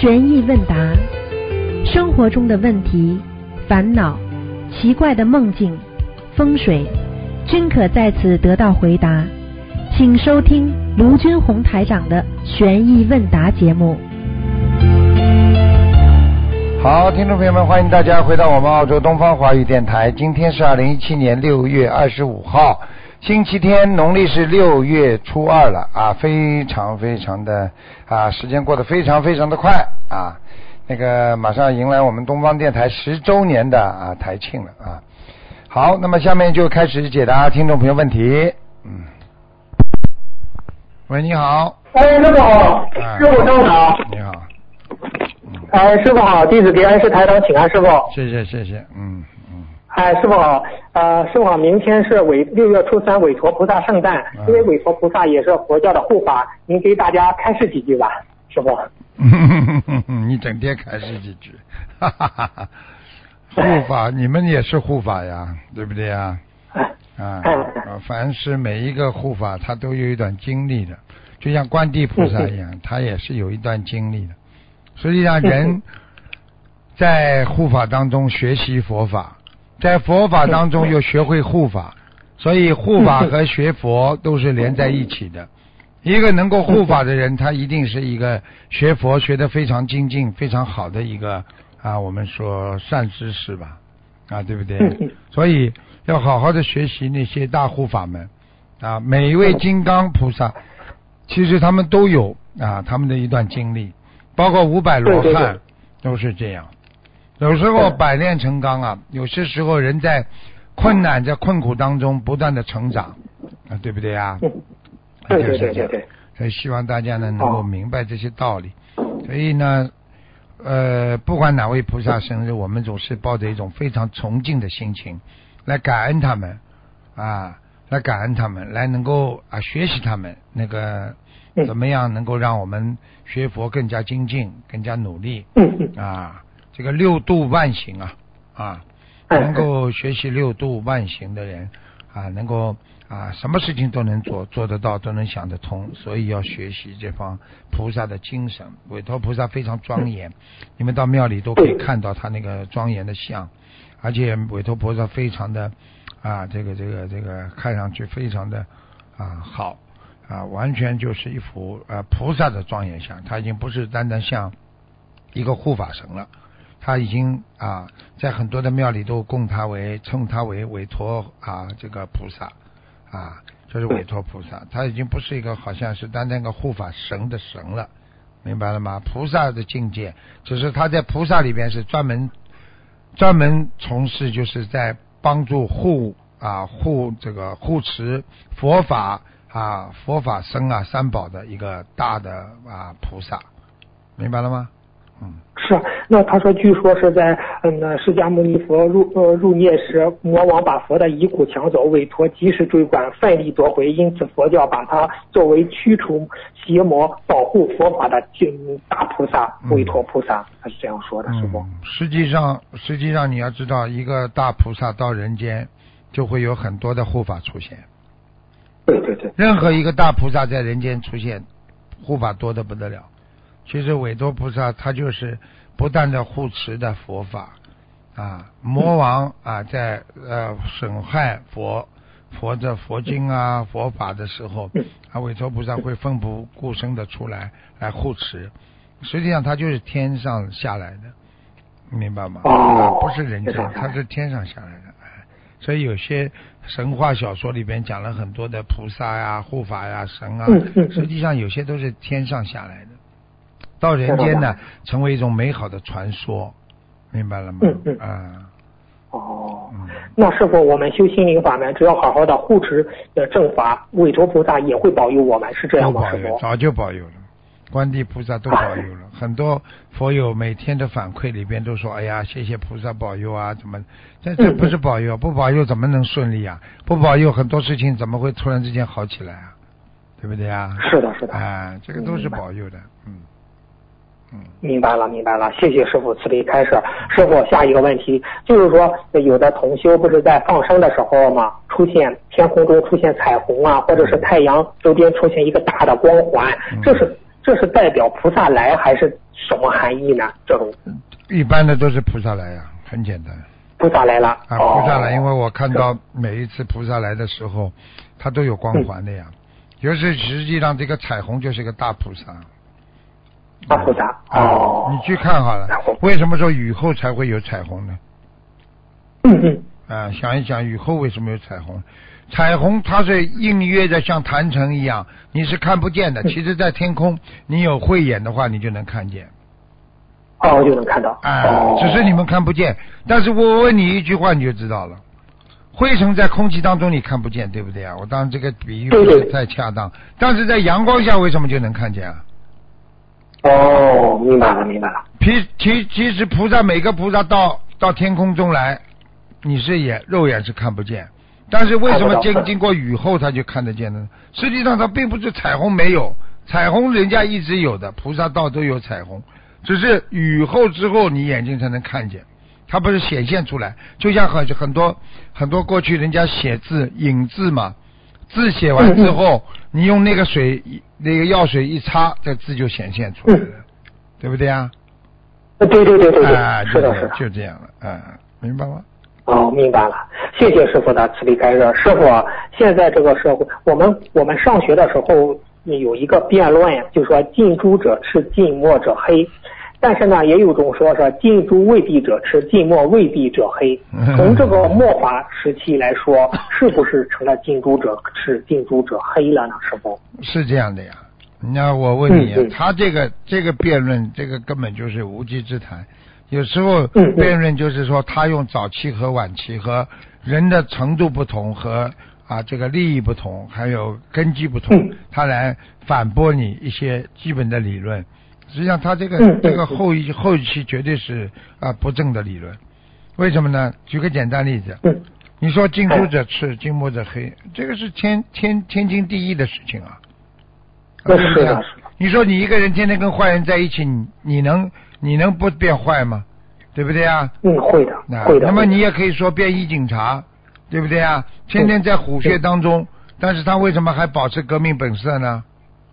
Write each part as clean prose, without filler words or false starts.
悬疑问答，生活中的问题、烦恼、奇怪的梦境、风水，均可在此得到回答。请收听卢军红台长的悬疑问答节目。 好，听众朋友们，欢迎大家回到我们澳洲东方华语电台。今天是2017年6月25号，星期天，农历是6月初2了啊，非常的啊，时间过得非常的快啊。那个马上迎来我们东方电台10周年的啊台庆了啊。好，那么下面就开始解答听众朋友问题。喂，你好。 哎，师傅好，师傅上午好。 你好。 哎，师傅好，弟子给恩师台长请安，师傅。 谢谢。 哎，师傅好，师傅好，明天是6月初3韦陀菩萨圣诞，因为韦陀菩萨也是佛教的护法，您给大家开示几句吧，师傅。 你整天开示几句，护法，你们也是护法呀，对不对呀？凡是每一个护法，他都有一段经历的，就像观地菩萨一样，他也是有一段经历的。实际上，人在护法当中学习佛法，在佛法当中又学会护法，所以护法和学佛都是连在一起的。一个能够护法的人，他一定是一个学佛学得非常精进、非常好的一个啊，我们说善知识吧，啊，对不对？所以要好好的学习那些大护法们啊，每一位金刚菩萨，其实他们都有啊他们的一段经历。包括500罗汉都是这样，有时候百炼成钢啊，有些时候人在困难在困苦当中不断的成长啊，对不对啊？ 对。 所以希望大家呢能够明白这些道理。所以呢不管哪位菩萨生日，我们总是抱着一种非常崇敬的心情来感恩他们啊，来能够啊学习他们那个怎么样能够让我们学佛更加精进、更加努力啊？这个六度万行能够学习六度万行的人啊，能够啊什么事情都能做得到，都能想得通，所以要学习这方菩萨的精神。韦陀菩萨非常庄严，你们到庙里都可以看到他那个庄严的像，而且韦陀菩萨非常的啊这个看上去非常的啊好。完全就是一幅菩萨的庄严像，他已经不是单单像一个护法神了，他已经在很多的庙里都称他为韦陀这个菩萨就是韦陀菩萨，他已经不是一个好像是单单个护法神的神了，明白了吗？菩萨的境界，只是他在菩萨里边是专门从事，就是在帮助护持佛法佛法僧三宝的一个大的菩萨，明白了吗？ 是。那他说，据说是在释迦牟尼佛入灭时，魔王把佛的遗骨抢走，韦陀及时追赶，奋力夺回，因此佛教把他作为驱除邪魔、保护佛法的大菩萨韦陀菩萨，他是这样说的，是不？ 实际上你要知道，一个大菩萨到人间，就会有很多的护法出现。 对。 任何一个大菩萨在人间出现，护法多得不得了。其实韦陀菩萨他就是不断的护持的佛法魔王在损害佛经佛法的时候韦陀菩萨会奋不顾身的出来护持。实际上他就是天上下来的，明白吗？不是人间，他是天上下来的。所以有些神话小说里边讲了很多的菩萨护法神实际上有些都是天上下来的，到人间呢成为一种美好的传说，明白了吗？ 那师父，我们修心灵法门，只要好好的护持正法，韦陀菩萨也会保佑我们，是这样吗？师父？ 早就保佑了，观地菩萨都保佑了。很多佛友每天的反馈里边都说，哎呀，谢谢菩萨保佑怎么？这不是保佑，不保佑怎么能顺利不保佑很多事情怎么会突然之间好起来对不对是的。 这个都是保佑的。 明白了，谢谢师父慈悲开示。师父，下一个问题就是说，有的同修不是在放生的时候嘛，天空中出现彩虹或者是太阳周边出现一个大的光环，这是这是代表菩萨来还是什么含义呢？这种一般的都是菩萨来呀，很简单。 菩萨来了啊，菩萨来，因为我看到每一次菩萨来的时候，它都有光环的呀。就是实际上这个彩虹就是个大菩萨。 大菩萨哦， 你去看好了，为什么说雨后才会有彩虹呢？想一想雨后为什么有彩虹？彩虹它是映约的像坛城一样，你是看不见的。其实在天空你有慧眼的话你就能看见。 就能看到。 只是你们看不见。但是我问你一句话你就知道了。灰尘在空气当中你看不见，对不对啊？我当然这个比喻不是太恰当，但是在阳光下为什么就能看见啊？ 明白了。 其实菩萨每个菩萨到天空中来，你是肉眼是看不见，但是为什么经过雨后他就看得见呢？实际上它并不是彩虹没有，彩虹人家一直有的，菩萨道都有彩虹，只是雨后之后你眼睛才能看见，它不是显现出来。就像很多过去人家写字引字嘛，字写完之后你用那个药水一擦，这字就显现出来了，对不对啊？ 对，是的， 就这样了，明白吗？ 明白了，谢谢师傅的慈悲开示。师傅，现在这个社会，我们上学的时候有一个辩论，就是说近朱者赤，近墨者黑。但是呢，也有种说是近朱未必者赤，近墨未必者黑。从这个末法时期来说，是不是成了近朱者赤，近朱者黑了呢？师傅是这样的呀。那我问你，他这个辩论，这个根本就是无稽之谈。有时候辩论就是说，他用早期和晚期和人的程度不同和这个利益不同，还有根基不同，他来反驳你一些基本的理论。实际上他这个后期绝对是不正的理论。为什么呢？举个简单例子，你说近朱者赤，近墨者黑，这个是天经地义的事情啊。 是的。 你说你一个人天天跟坏人在一起，你能不变坏吗？对不对啊？ 会的。 那么你也可以说便衣警察，对不对啊？天天在虎穴当中，但是他为什么还保持革命本色呢？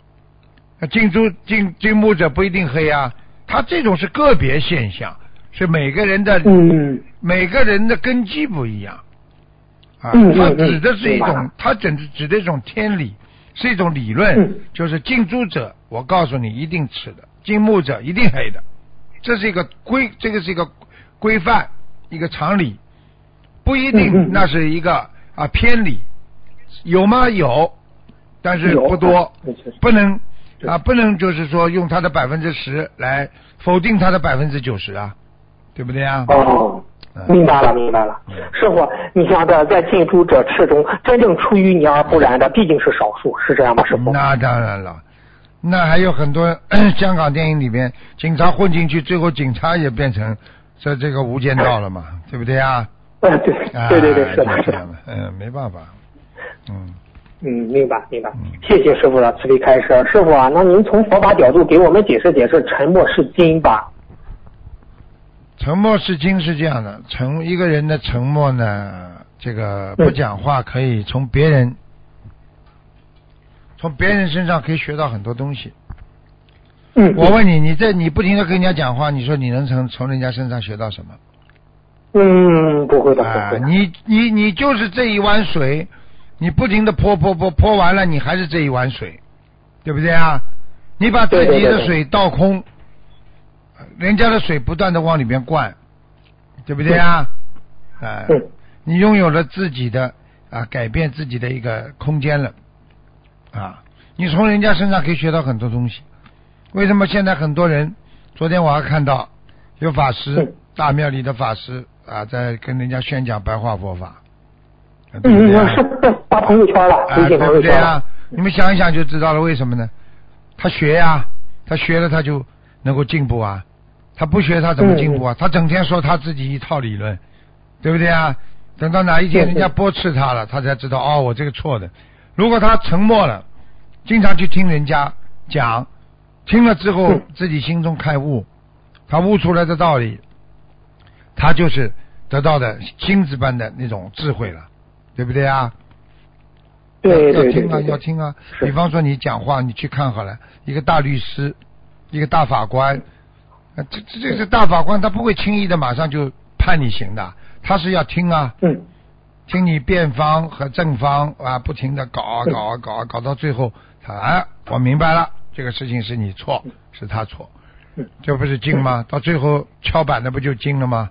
近墨者不一定黑啊，他这种是个别现象，是每个人的根基不一样他指的是一种，他指的一种天理，是一种理论，就是近朱者我告诉你一定赤的，近墨者一定黑的，这是一个规范，一个常理，不一定那是一个偏理，有吗？有，但是不多，不能就是说用它的10%来否定它的90%啊，对不对啊？ 明白了。师傅，你想在近朱者赤中，真正出淤泥而不染的毕竟是少数，是这样吗？师傅？ 那当然了，那还有很多香港电影里面警察混进去，最后警察也变成这个无间道了嘛，对不对啊？ 对，是的。 没办法。 明白。谢谢师傅的慈悲开示。师傅那您从佛法角度给我们解释沉默是金吧？ 沉默是金是这样的，一个人的沉默呢，这个不讲话可以从别人身上可以学到很多东西。我问你，你不停的跟人家讲话，你说你能从人家身上学到什么？ 不会的。 你就是这一碗水，你不停的泼完了，你还是这一碗水，对不对啊？你把自己的水倒空，人家的水不断的往里面灌，对不对啊？你拥有了自己的改变自己的一个空间了你从人家身上可以学到很多东西。为什么现在很多人，昨天我还看到有法师，大庙里的法师在跟人家宣讲白话佛法， 发朋友圈了， 对不对啊？你们想一想就知道了，为什么呢？他学他学了他就能够进步他不学他怎么进步他整天说他自己一套理论，对不对啊？等到哪一天人家驳斥他了，他才知道我这个错的。如果他沉默了，经常去听人家讲，听了之后自己心中开悟，他悟出来的道理，他就是得到的星子般的那种智慧了，对不对啊？ 对要听啊， 对要听啊。比方说你讲话，你去看好了，一个大律师，一个大法官，这个大法官他不会轻易的马上就判你刑的，他是要听啊，听你辩方和正方啊，不停的搞到最后，我明白了，这个事情是你错，是他错，这不是经吗？到最后敲板的不就经了吗？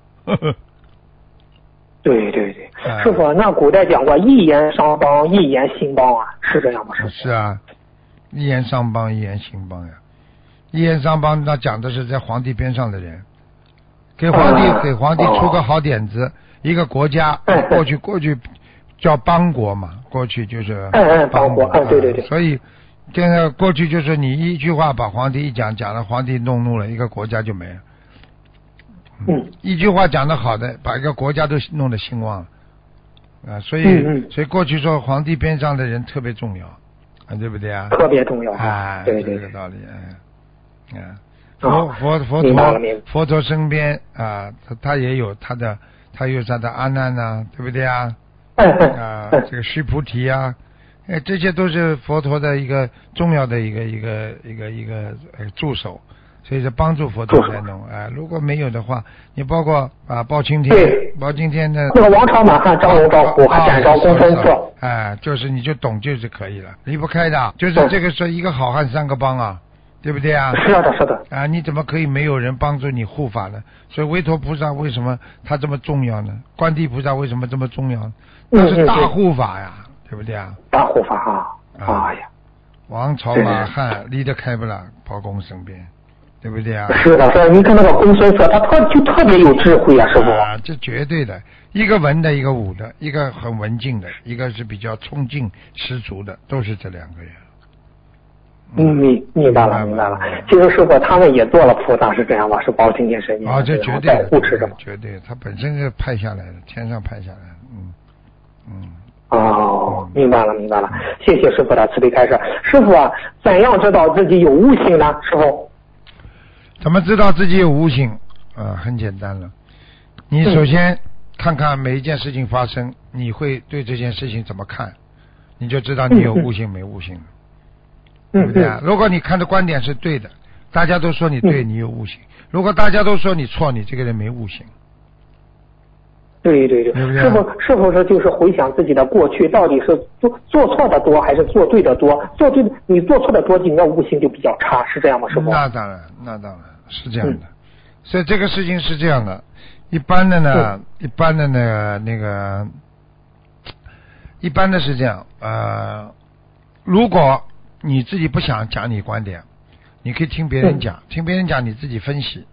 对，师傅，那古代讲过一言伤邦，一言兴邦啊，是这样吗？ 是啊，一言伤邦，一言兴邦呀。一言伤邦，那讲的是在皇帝边上的人，给皇帝出个好点子，一个国家过去叫邦国嘛，过去就是邦国，对， 所以现在过去就是你一句话把皇帝一讲了，皇帝弄怒了，一个国家就没了。一句话讲得好的，把一个国家都弄得兴旺了所以过去说皇帝边上的人特别重要对不对啊？ 特别重要对， 这个道理佛陀身边他也有他的阿难对不对啊？这个须菩提这些都是佛陀的一个重要的一个助手。所以是帮助佛陀在弄如果没有的话，你包括包青天的那个王朝满汉张龙赵虎还展昭公孙策就是你就懂就是可以了，离不开的，就是这个说一个好汉三个帮对不对啊？ 是的你怎么可以没有人帮助你护法呢？所以韦陀菩萨为什么他这么重要呢？观地菩萨为什么这么重要？那是大护法呀，对不对啊？ 大护法呀， 王朝马汉离得开不了包公身边。对不对啊？ 是的，你看那个公孙策，他特别有智慧师傅这绝对的，一个文的，一个武的，一个很文静的，一个是比较冲劲十足的，都是这两个人。 明白了。其实师傅他们也做了菩萨，是这样吧？是包青天神仙这绝对护持着吗？ 绝对，他本身是派下来的，天上派下来的。明白了，谢谢师傅的慈悲开示。师傅怎样知道自己有悟性呢？师傅？ 怎么知道自己有悟性很简单了，你首先看看每一件事情发生，你会对这件事情怎么看，你就知道你有悟性没悟性了，对不对啊？如果你看的观点是对的，大家都说你对，你有悟性；如果大家都说你错，你这个人没悟性。 对，是否是就是回想自己的过去，到底是做错的多还是做对的多？你做错的多，你的悟性就比较差，是这样吗？师傅？ 那当然是这样的。所以这个事情是这样的，一般的是这样如果你自己不想讲你观点，你可以听别人讲，听别人讲你自己分析。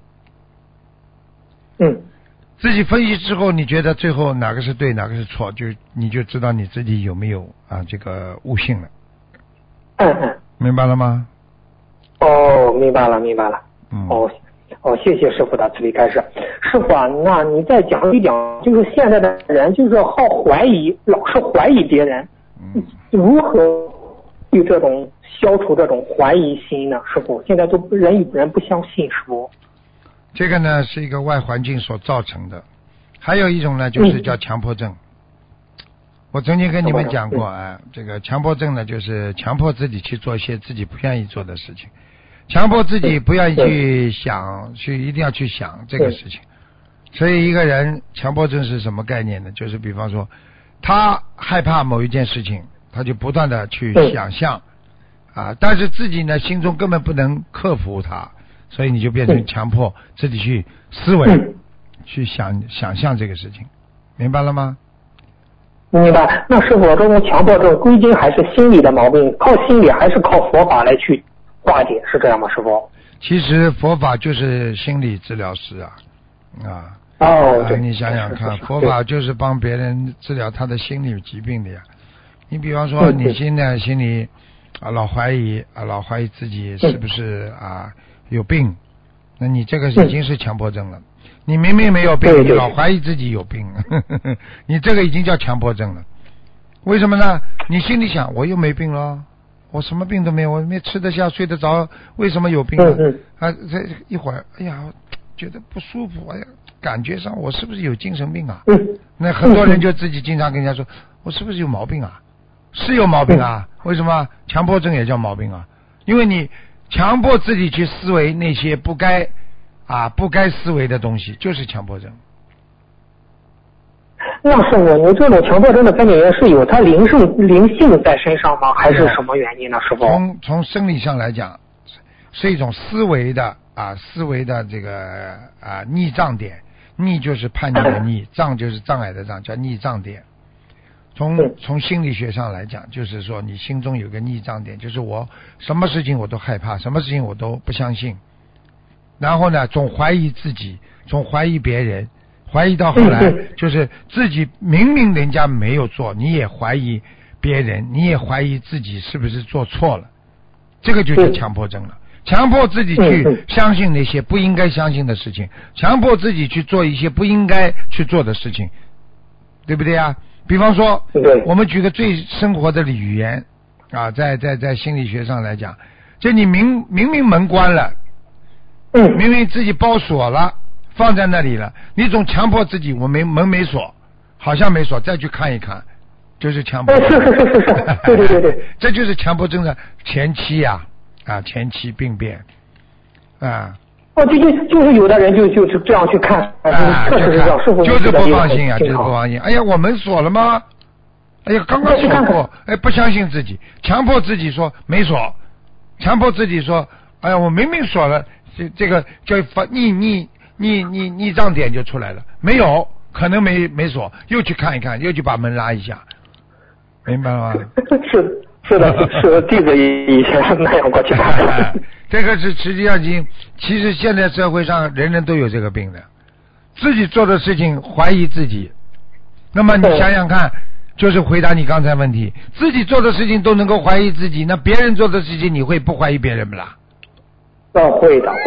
自己分析之后，你觉得最后哪个是对，哪个是错，你就知道你自己有没有这个悟性了。明白了吗？ 明白了。谢谢师傅的慈悲开示。师傅那你再讲一讲，就是现在的人就是好怀疑，老是怀疑别人，如何对这种消除这种怀疑心呢？师傅，现在都人与人不相信，师傅。 这个呢是一个外环境所造成的，还有一种呢就是叫强迫症。我曾经跟你们讲过这个强迫症呢，就是强迫自己去做一些自己不愿意做的事情，强迫自己不愿意去想，一定要去想这个事情。所以一个人强迫症是什么概念呢？就是比方说他害怕某一件事情，他就不断的去想象但是自己呢心中根本不能克服它，所以你就变成强迫自己去思维去想象这个事情，明白了吗？ 明白。那师傅，这种强迫症归根还是心理的毛病，靠心理还是靠佛法来去化解，是这样吗？师傅？ 其实佛法就是心理治疗师对，你想想看，佛法就是帮别人治疗他的心理疾病的呀。你比方说你现在心里老怀疑自己是不是有病，那你这个已经是强迫症了。你明明没有病，你老怀疑自己有病你这个已经叫强迫症了。为什么呢？你心里想我又没病了，我什么病都没有，我没吃得下睡得着，为什么有病呢？这一会儿哎呀觉得不舒服，哎呀感觉上我是不是有精神病那很多人就自己经常跟人家说我是不是有毛病是有毛病啊。为什么强迫症也叫毛病啊？因为你强迫自己去思维那些不该思维的东西，就是强迫症。 那师傅，你这种强迫症的根本原因是有它灵性在身上吗？还是什么原因呢？师傅？ 从生理上来讲，是一种思维的这个逆障点。逆就是叛逆的逆，障就是障碍的障，叫逆障点。从心理学上来讲，就是说你心中有个逆障点，就是我什么事情我都害怕，什么事情我都不相信，然后呢总怀疑自己，总怀疑别人，怀疑到后来就是自己明明人家没有做，你也怀疑别人，你也怀疑自己是不是做错了，这个就叫强迫症了。强迫自己去相信那些不应该相信的事情，强迫自己去做一些不应该去做的事情，对不对啊？比方说我们举个最生活的语言啊，在心理学上来讲，就你明明门关了，明明自己包锁了放在那里了，你总强迫自己我门没锁，好像没锁，再去看一看，就是强迫症。对，这就是强迫症的前期前期病变就是有的人就是这样去看，确实是这样，师傅就是不放心就是不放心。哎呀，我门锁了吗？哎呀，刚刚锁过，不相信自己，强迫自己说没锁，强迫自己说，哎呀，我明明锁了，这个叫逆障点就出来了，没有，可能没锁，又去看一看，又去把门拉一下，明白吗？ 是的，弟子以前那样过去看。 这个是实际上其实现在社会上人人都有这个病的，自己做的事情怀疑自己。那么你想想看，就是回答你刚才问题，自己做的事情都能够怀疑自己，那别人做的事情你会不怀疑别人不啦？ 会的。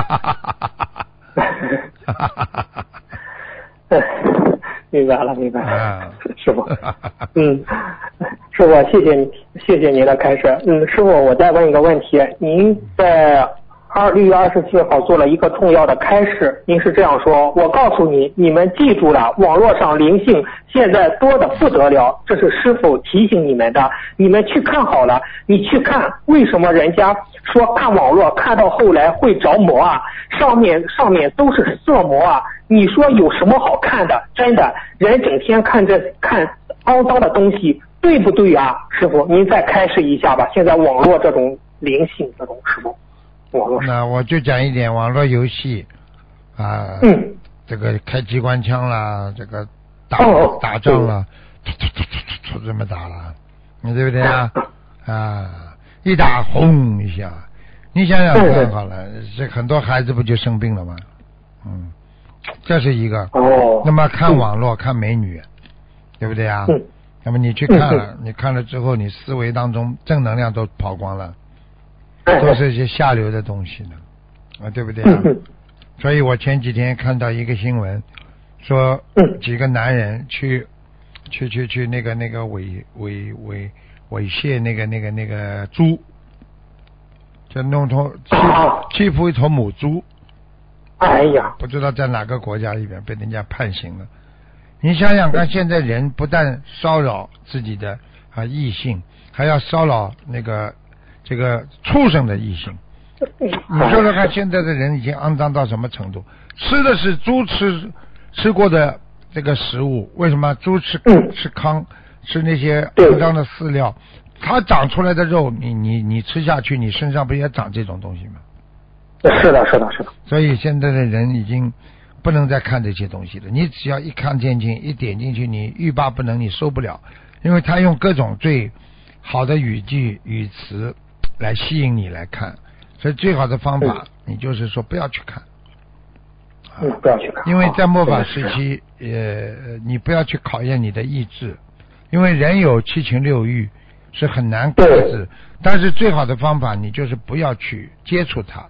明白了，师傅。师傅，谢谢您的开示。师傅，我再问一个问题，您在6月27号做了一个重要的开示，您是这样说：我告诉你，你们记住了，网络上灵性现在多得不得了，这是师傅提醒你们的，你们去看好了。你去看，为什么人家说看网络看到后来会着魔啊？上面都是色魔啊！你说有什么好看的？真的，人整天看肮脏的东西，对不对啊？师傅，您再开示一下吧。现在网络这种灵性这种师傅，网络那我就讲一点网络游戏这个开机关枪啦，这个打仗啦，这么打了，你对不对啊？一打轰一下，你想想看好了，这很多孩子不就生病了吗？这是一个。那么看网络看美女，对不对啊？那么你去看了，你看了之后，你思维当中正能量都跑光了，都是一些下流的东西呢，对不对啊？所以我前几天看到一个新闻，说几个男人去那个猥亵那个猪，就弄欺负一头母猪。 哎呀， 不知道在哪个国家里边被人家判刑了。你想想看，现在人不但骚扰自己的异性，还要骚扰这个畜生的异性。你说说看，现在的人已经肮脏到什么程度？吃的是猪吃过的这个食物，为什么猪吃吃那些肮脏的饲料？它长出来的肉，你吃下去，你身上不也长这种东西吗？ 是的。 所以现在的人已经不能再看这些东西了。你只要一看见一点进去，你欲罢不能，你受不了，因为他用各种最好的语句语词来吸引你来看。所以最好的方法，你就是说不要去看。 不要去看。 因为在末法时期，你不要去考验你的意志，因为人有七情六欲，是很难克制。但是最好的方法，你就是不要去接触它。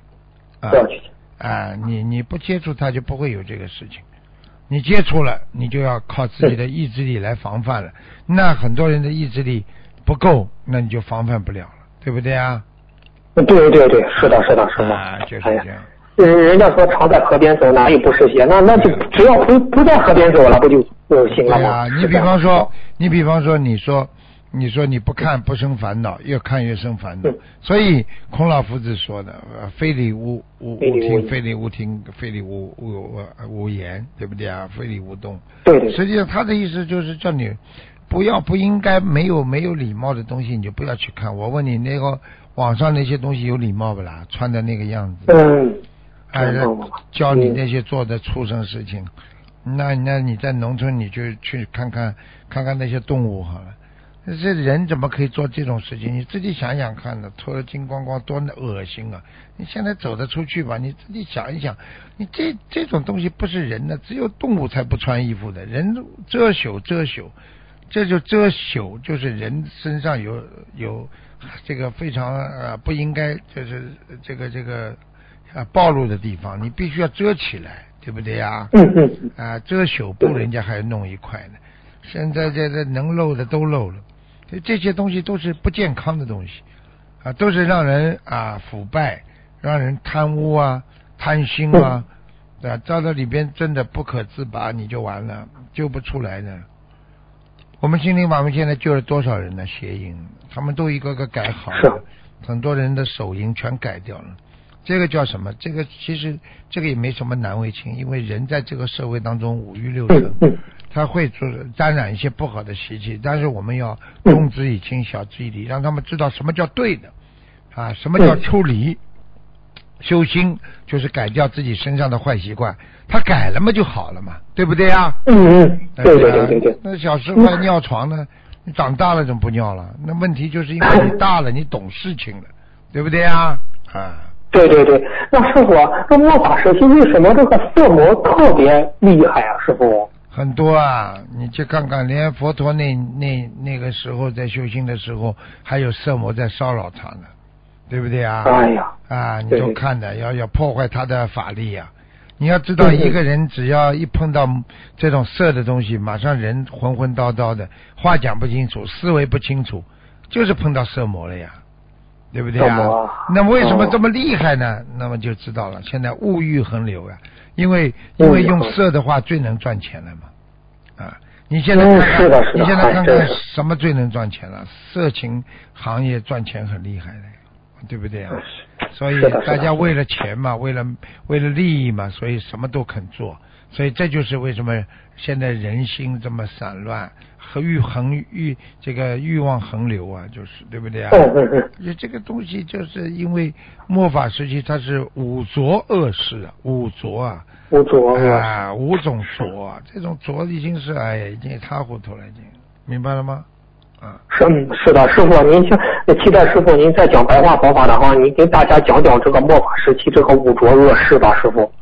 你不接触它就不会有这个事情，你接触了你就要靠自己的意志力来防范了。那很多人的意志力不够，那你就防范不了了，对不对啊？ 对，是的，师傅。 就是这样。 人家说常在河边走，哪有不湿鞋？那就只要不在河边走了，不就行了吗？ 你比方说，你说你说你不看不生烦恼，越看越生烦恼。所以孔老夫子说的非礼勿听，非礼勿听，非礼勿言，对不对啊？非礼勿动。 对。 实际上他的意思就是叫你不应该没有礼貌的东西你就不要去看。我问你，那个网上那些东西有礼貌不啦？穿的那个样子。教你那些做的畜生事情。那你在农村你就去看看那些动物好了。这人怎么可以做这种事情？你自己想想看的，脱了金光光多恶心啊！你现在走得出去吧？你自己想一想，你这种东西不是人的，只有动物才不穿衣服的。人遮羞，这就遮羞，就是人身上有这个非常不应该就是这个暴露的地方，你必须要遮起来，对不对呀？遮羞布人家还弄一块呢。现在这能露的都露了。这些东西都是不健康的东西都是让人腐败，让人贪污贪心到了里边真的不可自拔，你就完了，救不出来的。我们心灵法门现在救了多少人呢？邪淫他们都一个个改好了，很多人的手淫全改掉了。这个叫什么？这个其实这个也没什么难为情，因为人在这个社会当中五欲六尘，他会沾染一些不好的习气，但是我们要动之以情，晓之以理，让他们知道什么叫对的什么叫出离。修心就是改掉自己身上的坏习惯，他改了嘛就好了嘛，对不对啊？对。那小时候还尿床呢，你长大了怎么不尿了？那问题就是因为你大了，你懂事情了，对不对啊？ 对。那师傅，这末法时期为什么这个色魔特别厉害啊？师傅？ 很多你去看看，连佛陀那个时候在修行的时候，还有色魔在骚扰他呢，对不对啊？你都看的，要破坏他的法力你要知道，一个人只要一碰到这种色的东西，马上人浑浑叨叨的，话讲不清楚，思维不清楚，就是碰到色魔了呀，对不对啊？那么为什么这么厉害呢？那么就知道了，现在物欲横流因为用色的话最能赚钱了嘛你现在看看什么最能赚钱了？色情行业赚钱很厉害的，对不对啊？所以大家为了钱嘛，为了利益嘛，所以什么都肯做。所以这就是为什么现在人心这么散乱和这个欲望横流就是对不对这个东西就是因为末法时期它是五浊恶世五浊五种浊这种浊已经是已经一塌糊涂了，已经明白了吗？ 是的，师傅，您期待师傅您再讲白话佛法的话，您给大家讲讲这个末法时期这个五浊恶世吧，师傅。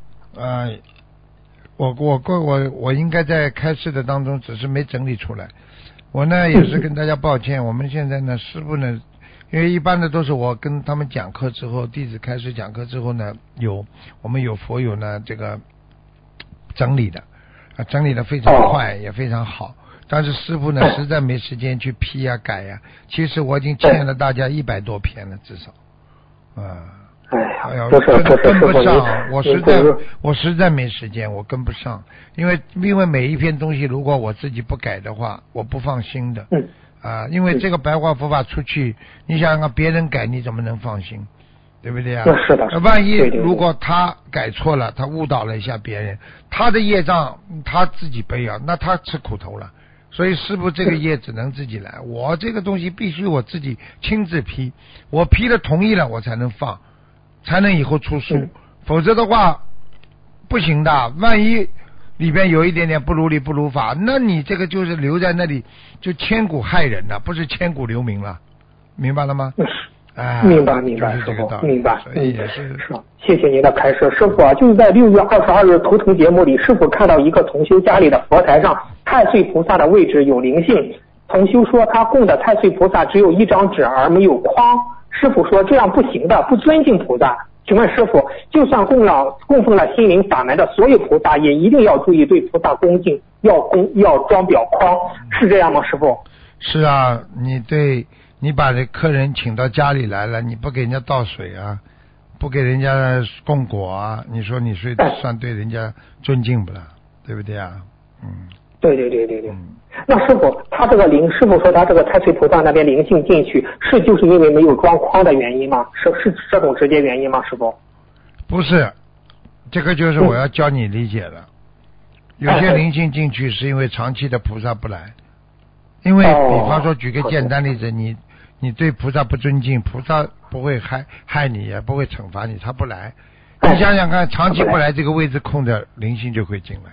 我应该在开示的当中，只是没整理出来。我呢也是跟大家抱歉，我们现在呢师傅呢，因为一般的都是我跟他们讲课之后，弟子开始讲课之后呢，我们有佛友呢这个整理的整理的非常快，也非常好。但是师傅呢实在没时间去批改其实我已经欠了大家100多篇了，至少真的跟不上，我实在没时间，我跟不上，因为每一篇东西如果我自己不改的话，我不放心的因为这个白话佛法出去，你想想看别人改你怎么能放心，对不对是的。 万一如果他改错了，他误导了一下别人，他的业障他自己背那他吃苦头了。所以师父这个业只能自己来，我这个东西必须我自己亲自批，我批了同意了我才能放，才能以后出书，否则的话不行的。万一里边有一点点不如理不如法，那你这个就是留在那里就千古害人了，不是千古留名了，明白了吗？ 明白， 就是这个道理。 明白。 所以也是谢谢您的开示，师傅就是在6月22日图腾节目里，师傅看到一个同修家里的佛台上太岁菩萨的位置有灵性，同修说他供的太岁菩萨只有一张纸而没有框，师傅说这样不行的，不尊敬菩萨。请问师傅，就算供奉了心灵法门的所有菩萨，也一定要注意对菩萨恭敬，要装裱框，是这样吗？师傅？ 是你把这客人请到家里来了，你不给人家倒水不给人家供果你说你算对人家尊敬不啦？对不对对。那师傅，他这个师傅说他这个太岁菩萨那边灵性进去，就是因为没有装框的原因吗？是这种直接原因吗？师傅？ 不是，这个就是我要教你理解的。有些灵性进去是因为长期的菩萨不来，因为比方说举个简单例子，你对菩萨不尊敬，菩萨不会害你，也不会惩罚你，他不来。你想想看，长期不来，这个位置空的，灵性就会进来。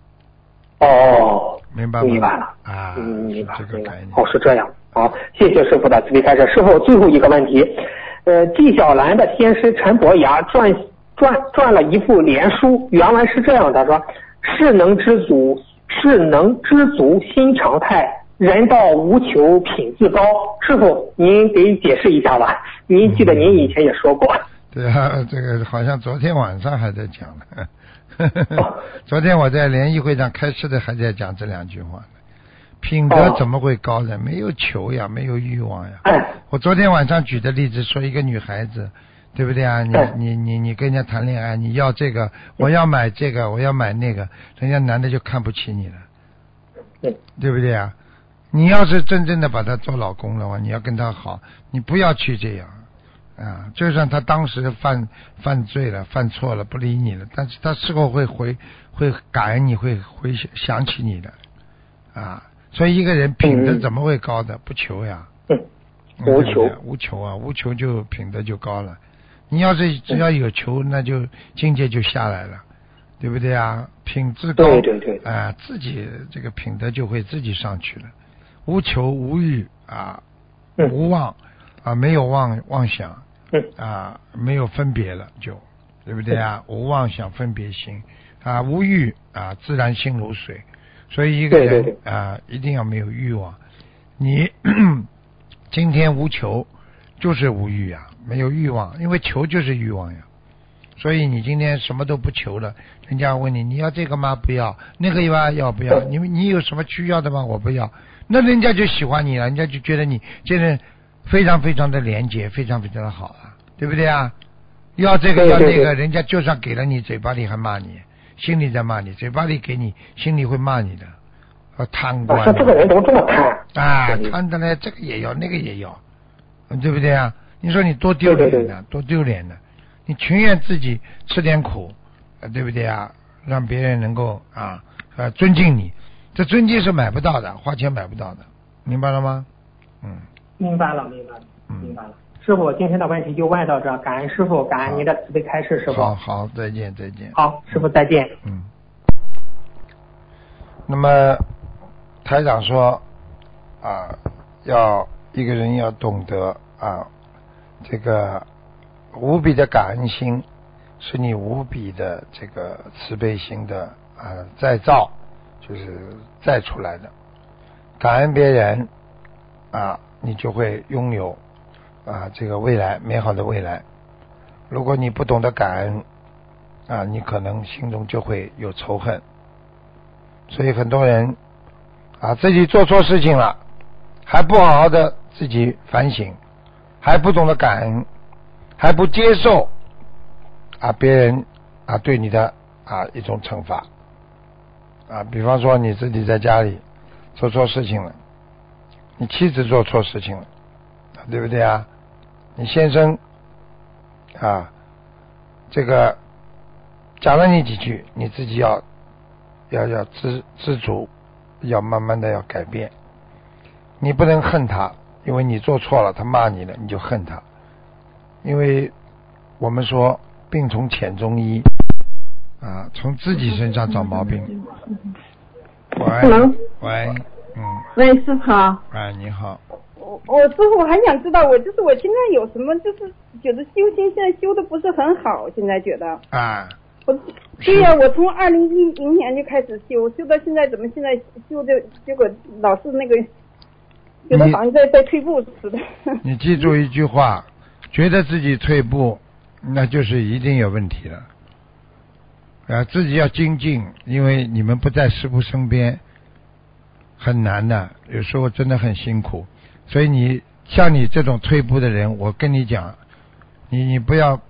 明白吗？ 明白了啊， 明白这个概念。 是这样。好，谢谢师傅的慈悲开示。师傅，最后一个问题，纪晓岚的先师陈伯牙撰了一副连书，原文是这样的，说是能知足心常态，人道无求品自高。师傅您给解释一下吧，您记得您以前也说过。 对啊，这个好像昨天晚上还在讲呢。昨天我在联谊会上开示的还在讲这两句话呢。品德怎么会高呢？没有求呀，没有欲望呀。我昨天晚上举的例子说，一个女孩子，对不对啊？你跟人家谈恋爱，你要这个，我要买这个，我要买那个，人家男的就看不起你了，对不对啊？你要是真正的把他做老公的话，你要跟他好，你不要去这样啊。就算他当时犯罪了，犯错了，不理你了，但是他事后会感恩你，会想起你的啊。所以一个人品德怎么会高的？不求呀，无求啊，无求就品德就高了。你要是只要有求，那就境界就下来了，对不对啊？品质高，对自己这个品德就会自己上去了。无求无欲啊，无妄啊，没有妄想啊，没有分别了，就对不对啊？无妄想分别心啊，无欲啊，自然心如水。所以一个人一定要没有欲望。你今天无求就是无欲呀，没有欲望，因为求就是欲望呀。所以你今天什么都不求了，人家问你要这个吗？不要。那个要不要？你有什么需要的吗？我不要。那人家就喜欢你了，人家就觉得你这人非常非常的廉洁，非常非常的好啊，对不对啊？要这个要那个，人家就算给了你，嘴巴里还骂你，心里在骂你，嘴巴里给你，心里会骂你的。贪官， 说这个人怎么这么贪贪的呢，这个也要，那个也要，对不对啊？你说你多丢脸呢，多丢脸呢！你情愿自己吃点苦，对不对啊？让别人能够尊敬你，这尊敬是买不到的，花钱买不到的，明白了吗？ 明白了。师傅，今天的问题就问到这，感恩师傅，感恩您的慈悲开示，师傅。 好，再见。 好，师傅再见。 那么台长说要一个人要懂得这个无比的感恩心是你无比的这个慈悲心的再造，就是再出来的。感恩别人你就会拥有这个未来美好的未来。如果你不懂得感恩你可能心中就会有仇恨。所以很多人自己做错事情了，还不好好的自己反省，还不懂得感恩，还不接受别人对你的一种惩罚比方说你自己在家里做错事情了，你妻子做错事情了，对不对啊？你先生这个讲了你几句，你自己要知足，要慢慢的要改变。你不能恨他，因为你做错了，他骂你了，你就恨他。因为我们说病从浅中医从自己身上找毛病。喂， 喂，师傅好。 你好。 我师傅，我还想知道，我现在有什么，就是觉得修心现在修的不是很好，现在觉得对呀，我从2010年就开始修到现在，怎么现在修的结果老是那个觉得好像在退步似的。 你记住一句话，觉得自己退步，那就是一定有问题了。自己要精进，因为你们不在师父身边，很难的，有时候真的很辛苦。所以像你这种退步的人，我跟你讲，你不要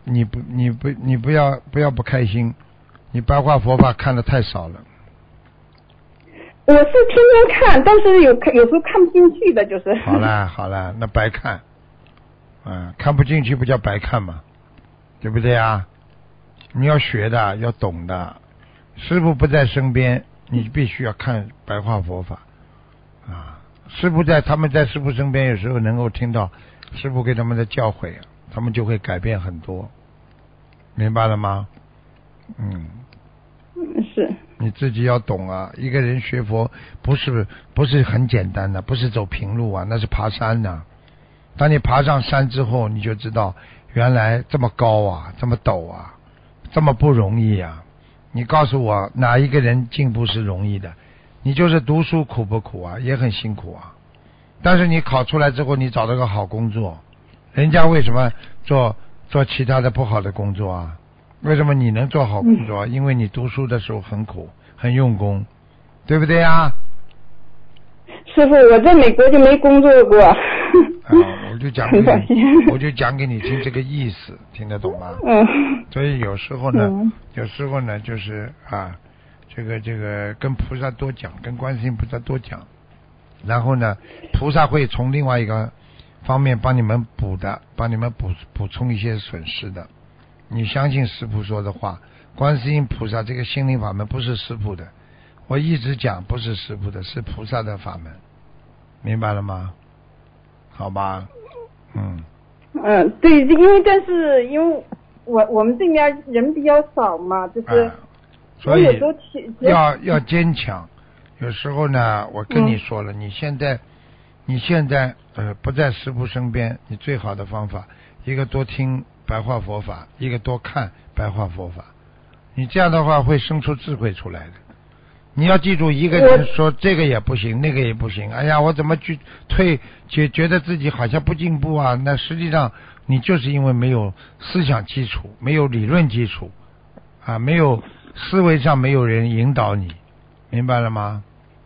不开心，你八卦佛法看得太少了。 我是天天看，但是有时候看不进去的，就是。 好了，那白看，看不进去不叫白看嘛，对不对啊？你要学的，要懂的。师父不在身边，你必须要看白话佛法啊。师父在，他们在师父身边，有时候能够听到师父给他们的教诲，他们就会改变很多，明白了吗？ 是。 你自己要懂啊！一个人学佛不是很简单的，不是走平路啊，那是爬山的。当你爬上山之后，你就知道原来这么高啊，这么陡啊，这么不容易啊！你告诉我哪一个人进步是容易的？你就是读书苦不苦啊？也很辛苦啊。但是你考出来之后，你找到个好工作，人家为什么做其他的不好的工作啊？为什么你能做好工作？因为你读书的时候很苦，很用功，对不对啊？ 师父，我在美国就没工作过。 我就讲给你听这个意思，听得懂吗？所以有时候呢，就是这个跟菩萨多讲，跟观世音菩萨多讲，然后呢，菩萨会从另外一个方面帮你们补充一些损失的。你相信师父说的话，观世音菩萨这个心灵法门不是师父的，我一直讲不是师父的，是菩萨的法门，明白了吗？好吧， 对，因为我们这边人比较少嘛，就是， 所以有时候要坚强。有时候呢，我跟你说了，你现在不在师父身边，你最好的方法，一个多听白话佛法，一个多看白话佛法，你这样的话会生出智慧出来的。你要记住，一个人说这个也不行，那个也不行，哎呀，我怎么去觉得自己好像不进步啊？那实际上你就是因为没有思想基础，没有理论基础啊，没有思维上没有人引导你，明白了吗？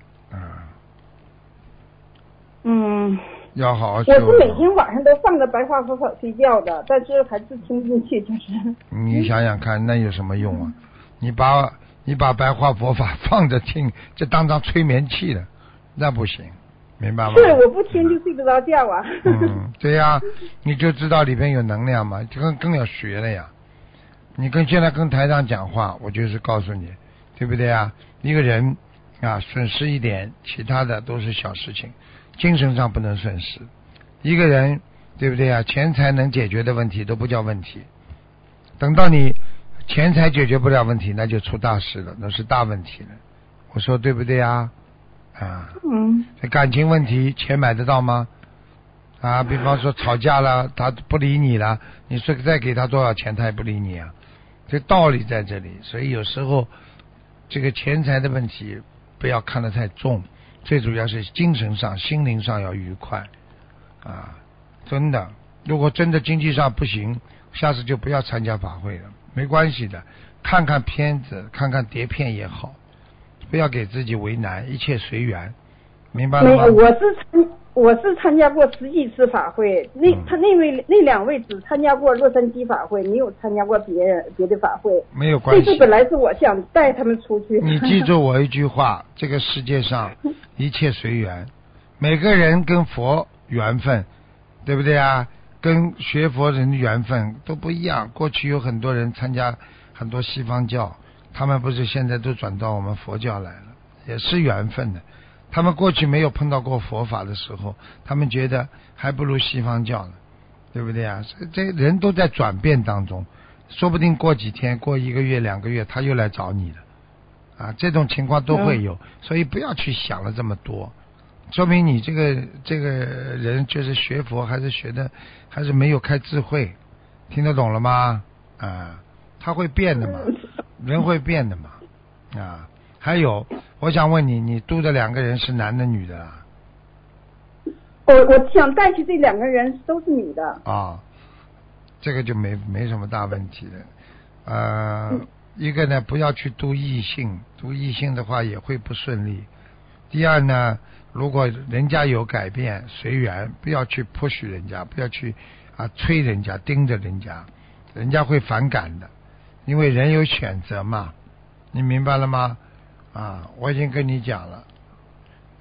要好好修。 我是每天晚上都放着白话佛法睡觉的，但是还是听不进去，就是。 你想想看，那有什么用啊？你把白话佛法放着听，就当催眠器了，那不行，明白吗？ 是，我不听就睡不着觉啊。 对呀，你就知道里边有能量嘛，就更要学了呀。你现在跟台长讲话，我就是告诉你，对不对啊？一个人损失一点，其他的都是小事情，精神上不能损失。一个人，对不对啊？钱财能解决的问题都不叫问题，等到你钱财解决不了问题，那就出大事了，那是大问题了。我说对不对啊？感情问题钱买得到吗？比方说吵架了，他不理你了，你说再给他多少钱他也不理你啊，这道理在这里。所以有时候这个钱财的问题不要看得太重，最主要是精神上心灵上要愉快真的。如果真的经济上不行，下次就不要参加法会了，没关系的，看看片子，看看碟片也好，不要给自己为难，一切随缘，明白了吗？ 我是参加过10几次法会，那两位只参加过洛杉矶法会，没有参加过别的法会。 没有关系。 这次本来是我想带他们出去。 你记住我一句话，这个世界上一切随缘，每个人跟佛缘分，对不对啊？跟学佛人的缘分都不一样。过去有很多人参加很多西方教，他们不是现在都转到我们佛教来了，也是缘分的。他们过去没有碰到过佛法的时候，他们觉得还不如西方教呢，对不对啊？这人都在转变当中，说不定过几天，过1个月2个月他又来找你了这种情况都会有。所以不要去想了这么多，说明你这个人就是学佛还是没有开智慧，听得懂了吗？他会变的嘛，人会变的嘛还有，我想问你，你度的2个人是男的女的啊？ 我想带去这2个人都是女的这个就没什么大问题的。一个呢，不要去度异性，度异性的话也会不顺利。第二呢，如果人家有改变，随缘，不要去push人家，不要去催人家，盯着人家，人家会反感的，因为人有选择嘛，你明白了吗？我已经跟你讲了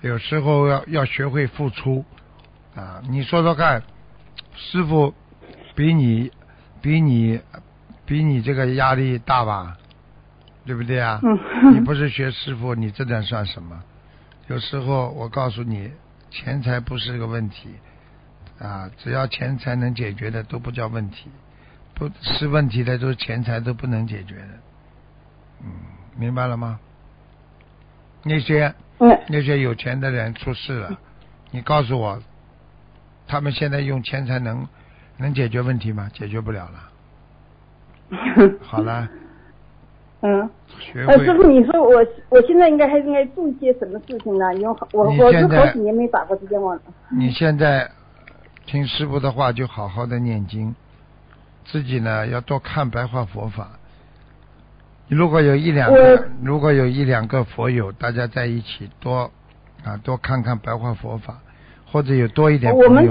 有时候要学会付出啊！你说说看，师傅比你这个压力大吧？对不对啊？你不是学师傅，你这点算什么？有时候我告诉你，钱财不是个问题啊，只要钱财能解决的都不叫问题，不是问题的都是钱财都不能解决的。明白了吗？那些有钱的人出事了，你告诉我，他们现在用钱财能解决问题吗？解决不了了。好了。 师傅，你说我现在应该做一些什么事情呢？我是好几年没打过这电话了。 你现在听师傅的话，就好好的念经，自己呢要多看白话佛法。如果有一两个佛友，大家在一起多看看白话佛法，或者有多一点朋友。我们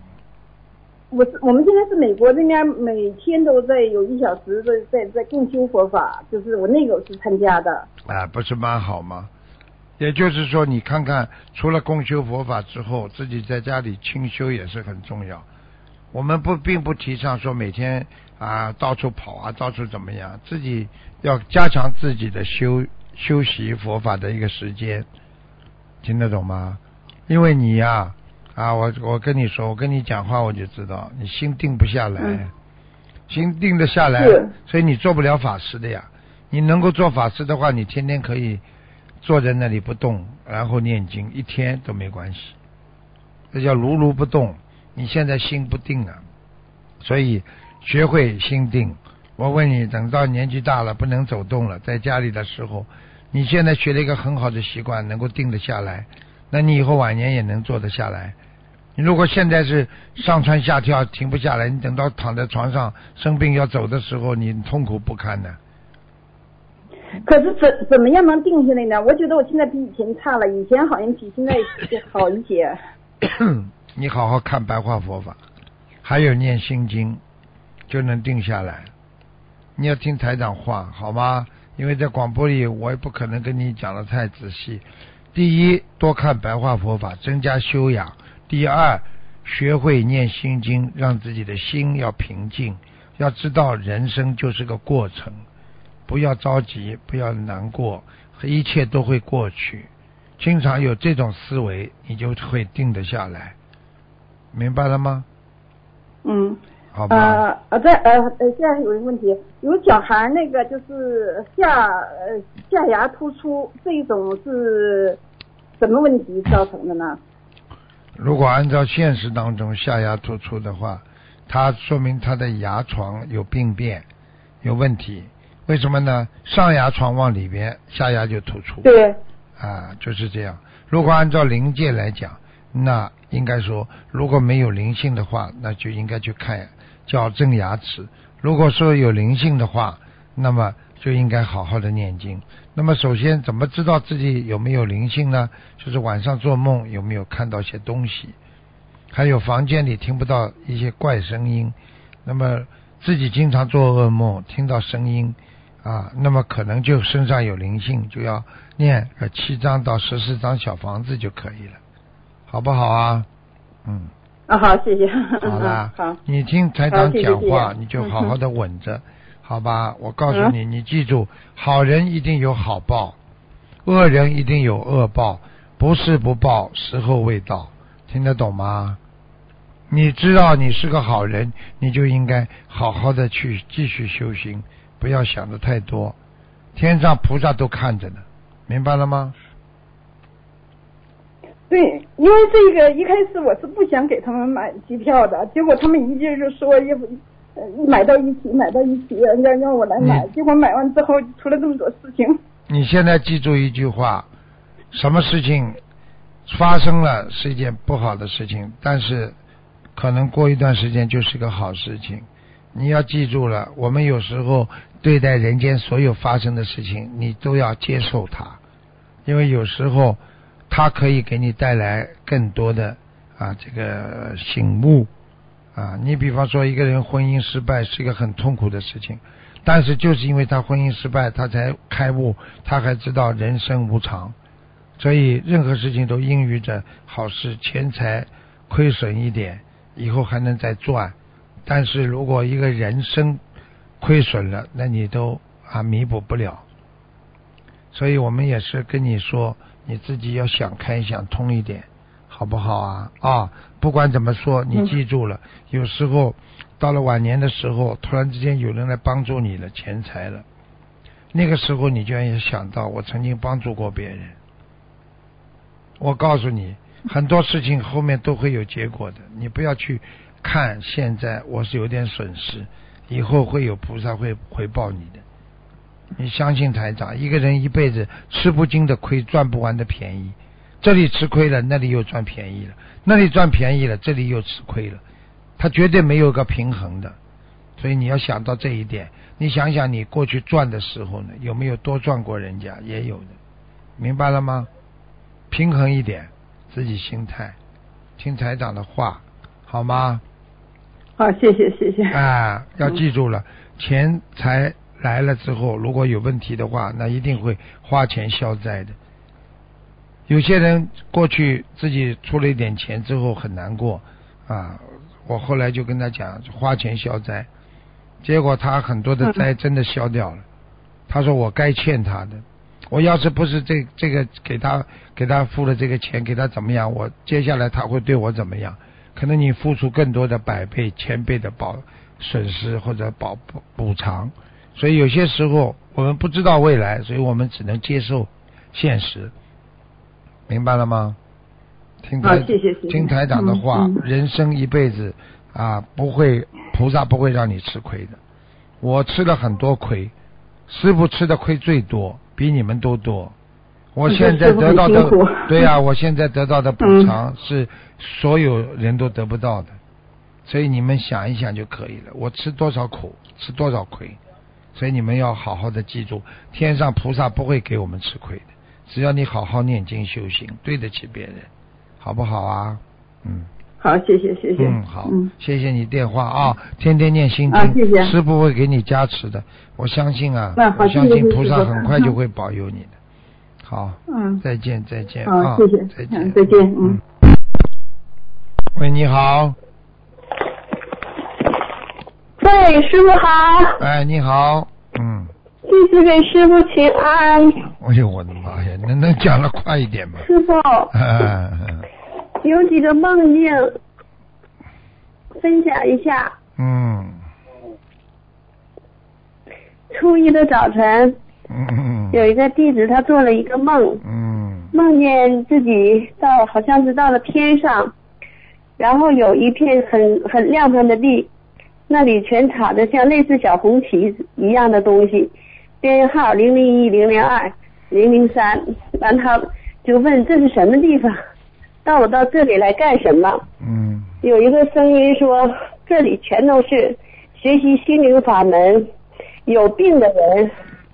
现在是美国这边每天都在有1小时在共修佛法，就是我那个是参加的。 不是蛮好吗？也就是说，你看看，除了共修佛法之后，自己在家里清修也是很重要。我们并不提倡说每天到处跑到处怎么样，自己要加强自己的修习佛法的一个时间，听得懂吗？因为你我跟你说，我跟你讲话我就知道你心定不下来，心定得下来，所以你做不了法师的呀。你能够做法师的话，你天天可以坐在那里不动，然后念经，一天都没关系，这叫如如不动。你现在心不定啊，所以学会心定。我问你，等到年纪大了不能走动了，在家里的时候，你现在学了一个很好的习惯，能够定得下来，那你以后晚年也能做得下来。你如果现在是上蹿下跳停不下来，你等到躺在床上生病要走的时候，你痛苦不堪的。 可是怎么样能定下来呢？我觉得我现在比以前差了，以前好像比现在好一些。 你好好看白话佛法，还有念心经，就能定下来。你要听台长话好吗？因为在广播里我也不可能跟你讲得太仔细。第一，多看白话佛法，增加修养。第二，学会念心经，让自己的心要平静。要知道人生就是个过程，不要着急，不要难过，一切都会过去。经常有这种思维，你就会定得下来。明白了吗？好吧。 现在有一个问题，有小孩那个就是下牙突出，这一种是什么问题造成的呢？ 如果按照现实当中下牙突出的话，它说明他的牙床有病变，有问题。为什么呢？上牙床往里边，下牙就突出。 对。 就是这样。如果按照灵界来讲，那应该说如果没有灵性的话，那就应该去看矫正牙齿。如果说有灵性的话，那么就应该好好的念经。那么首先怎么知道自己有没有灵性呢？就是晚上做梦有没有看到些东西，还有房间里听不到一些怪声音，那么自己经常做噩梦听到声音那么可能就身上有灵性，就要念7张到14张小房子就可以了，好不好啊？ 好，谢谢。 好啦， 好， 你听台长讲话， 谢谢你就好好的稳着，好吧？我告诉你，你记住，好人一定有好报，恶人一定有恶报，不是不报，时候未到，听得懂吗？你知道你是个好人，你就应该好好的去继续修行，不要想的太多，天上菩萨都看着呢，明白了吗？ 对，因为这个一开始我是不想给他们买机票的，结果他们一劲就说买到一起，让我来买，结果买完之后出了这么多事情。 你现在记住一句话，什么事情发生了是一件不好的事情，但是可能过一段时间就是个好事情。你要记住了，我们有时候对待人间所有发生的事情，你都要接受它，因为有时候它可以给你带来更多的这个醒悟你比方说一个人婚姻失败是一个很痛苦的事情，但是就是因为他婚姻失败，他才开悟，他还知道人生无常， 所以任何事情都应予着好事，钱财亏损一点以后还能再赚，但是如果一个人生亏损了，那你都弥补不了。所以我们也是跟你说，你自己要想开想通一点，好不好啊？不管怎么说，你记住了，有时候到了晚年的时候，突然之间有人来帮助你了，钱财了，那个时候你就要想到，我曾经帮助过别人。我告诉你，很多事情后面都会有结果的，你不要去看现在我是有点损失，以后会有菩萨会回报你的。你相信台长，一个人一辈子吃不尽的亏，赚不完的便宜，这里吃亏了，那里又赚便宜了，那里赚便宜了，这里又吃亏了，他绝对没有个平衡的。所以你要想到这一点，你想想你过去赚的时候呢，有没有多赚过人家？也有的，明白了吗？平衡一点自己心态，听台长的话，好吗？ 好，谢谢。 要记住了，钱财来了之后，如果有问题的话，那一定会花钱消灾的。有些人过去自己出了一点钱之后很难过我后来就跟他讲，花钱消灾，结果他很多的灾真的消掉了。他说我该欠他的，我要是不是这个给他付了这个钱，给他怎么样，我接下来他会对我怎么样？可能你付出更多的100倍、1000倍的损失或者补偿。所以有些时候我们不知道未来，所以我们只能接受现实，明白了吗？ 谢谢听台长的话，人生一辈子不会，菩萨不会让你吃亏的。我吃了很多亏，师父吃的亏最多，比你们都多。我现在得到的，对我现在得到的补偿是所有人都得不到的，所以你们想一想就可以了。我吃多少苦，吃多少亏，所以你们要好好的记住，天上菩萨不会给我们吃亏的，只要你好好念经修行，对得起别人，好不好啊？ 好，谢谢。 好，谢谢你电话天天念心经， 谢谢。 师父会给你加持的，我相信我相信菩萨很快就会保佑你的。好，再见好，谢谢， 再见。喂，你好。 喂，师傅好。 哎，你好。 弟子给师傅请安。 哎呦，我的妈呀，能讲得快一点吗？ 师傅。有几个梦境分享一下。初一的早晨，有一个弟子他做了一个梦，梦见自己好像是到了天上，然后有一片很亮堂的地，那里全插着像类似小红旗一样的东西，编号001、002、003，完他就问这是什么地方，我到这里来干什么？有一个声音说这里全都是学习心灵法门有病的人，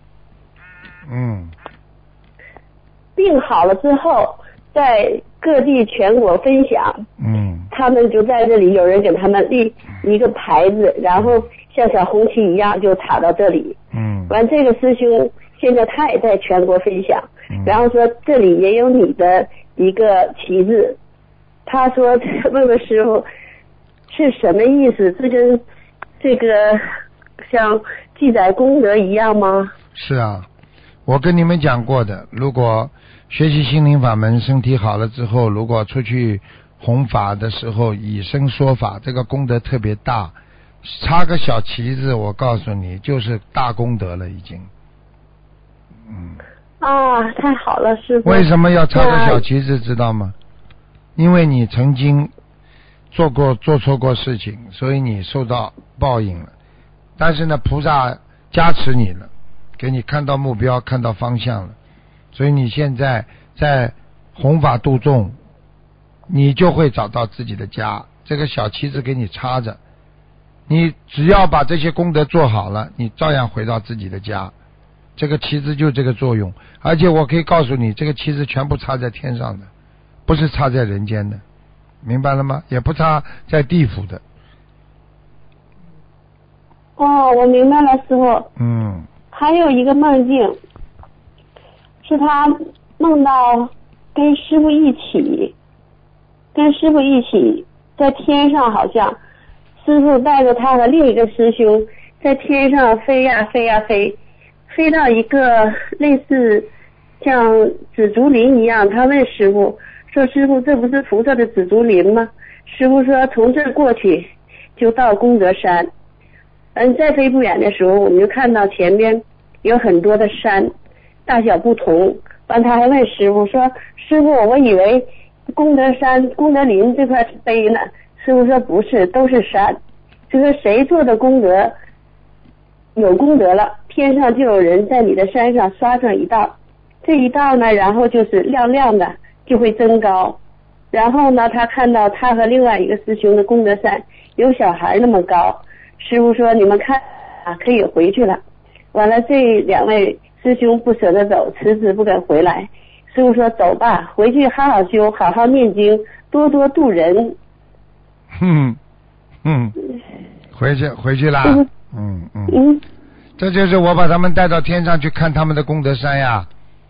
病好了之后在各地全国分享，他们就在这里，有人给他们立一个牌子，然后像小红旗一样就插到这里，完这个师兄现在他也在全国分享，然后说这里也有你的一个旗帜，他说问问师傅是什么意思，这跟这个像记载功德一样吗？ 是我跟你们讲过的，如果学习心灵法门身体好了之后，如果出去弘法的时候以身说法，这个功德特别大，插个小旗子我告诉你就是大功德了已经。 太好了师父。 为什么要插个小旗子知道吗？因为你曾经做错过事情，所以你受到报应了，但是呢菩萨加持你了，给你看到目标看到方向了，所以你现在在弘法度众，你就会找到自己的家，这个小旗子给你插着，你只要把这些功德做好了，你照样回到自己的家，这个旗子就这个作用。而且我可以告诉你，这个旗子全部插在天上的，不是插在人间的，明白了吗？也不插在地府的。 我明白了师父。 嗯。 还有一个梦境，是他梦到跟师父一起在天上，好像师父带着他和另一个师兄在天上飞呀飞呀飞，飞到一个类似像紫竹林一样。他问师父说：“师父，这不是菩萨的紫竹林吗？”师父说：“从这儿过去就到功德山。”再飞不远的时候，我们就看到前边有很多的山，大小不同。完，他还问师父说：“师父，我以为功德山、功德林这块是碑呢。”师父说：“不是，都是山。就说谁做的功德有功德了，天上就有人在你的山上刷上一道，这一道呢，然后就是亮亮的，就会增高。然后呢，他看到他和另外一个师兄的功德山有小孩那么高。师父说：“你们看啊，可以回去了。”完了，这两位师兄不舍得走，迟迟不肯回来。师父说：“走吧，回去好好修，好好念经，多多度人。” 回去啦。这就是我把他们带到天上去看他们的功德山呀。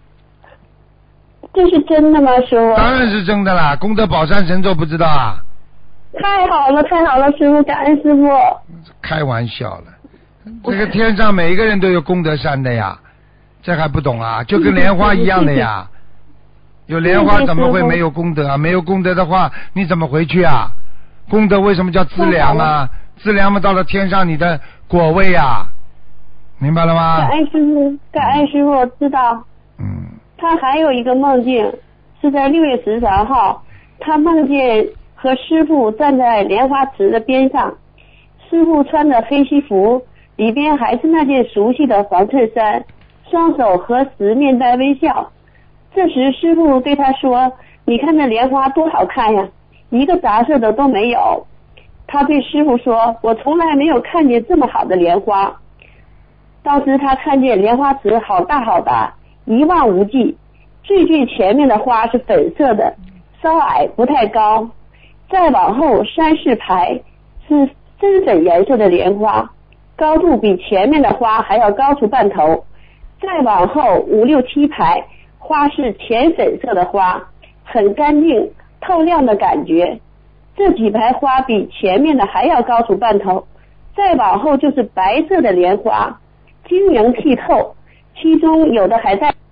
这是真的吗，师父？ 当然是真的啦，功德宝山神咒不知道啊？ 太好了，太好了，师父，感恩师父。 开玩笑了，这个天上每一个人都有功德山的呀，这还不懂啊？就跟莲花一样的呀。有莲花怎么会没有功德啊？没有功德的话，你怎么回去啊？功德为什么叫资粮啊？资粮嘛，到了天上你的果位啊，明白了吗？ 感恩师父，感恩师父，知道。他还有一个梦境，是在6月13号，他梦见和师父站在莲花池的边上，师父穿着黑西服，里边还是那件熟悉的黄衬衫，双手合十，面带微笑。这时师父对他说：“你看这莲花多好看呀，一个杂色的都没有。”他对师父说：“我从来没有看见这么好的莲花。”当时他看见莲花池好大好大，一望无际，最前面的花是粉色的，稍矮不太高，再往后3-4排是深粉颜色的莲花，高度比前面的花还要高出半头，再往后5、6、7排花是浅粉色的花，很干净透亮的感觉，这几排花比前面的还要高出半头，再往后就是白色的莲花，晶莹剔透，其中有的还在。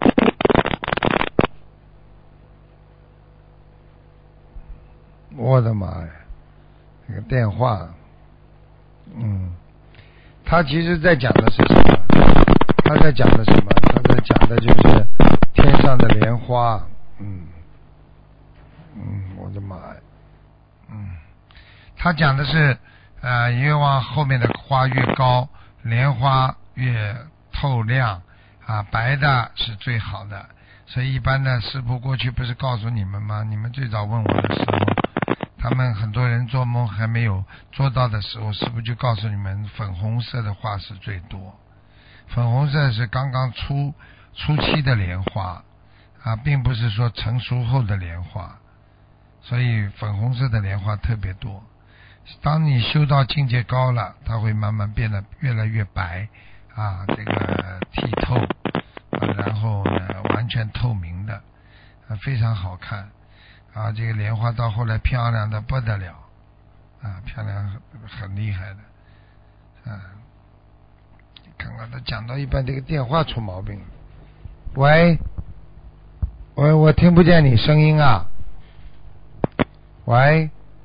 我的妈呀，这个电话，他其实在讲的是什么？他在讲的就是天上的莲花，我的妈呀，他讲的是越往后面的花越高，莲花越透亮啊，白的是最好的。所以一般的师父过去不是告诉你们吗？你们最早问我的时候，他们很多人做梦还没有做到的时候，师父就告诉你们，粉红色的花是最多，粉红色是刚刚初期的莲花啊，并不是说成熟后的莲花，所以粉红色的莲花特别多。当你修到境界高了，它会慢慢变得越来越白啊，这个剔透然后呢完全透明的非常好看啊，这个莲花到后来漂亮的不得了啊，漂亮很厉害的刚刚他讲到一半，这个电话出毛病了。喂，我听不见你声音啊。喂，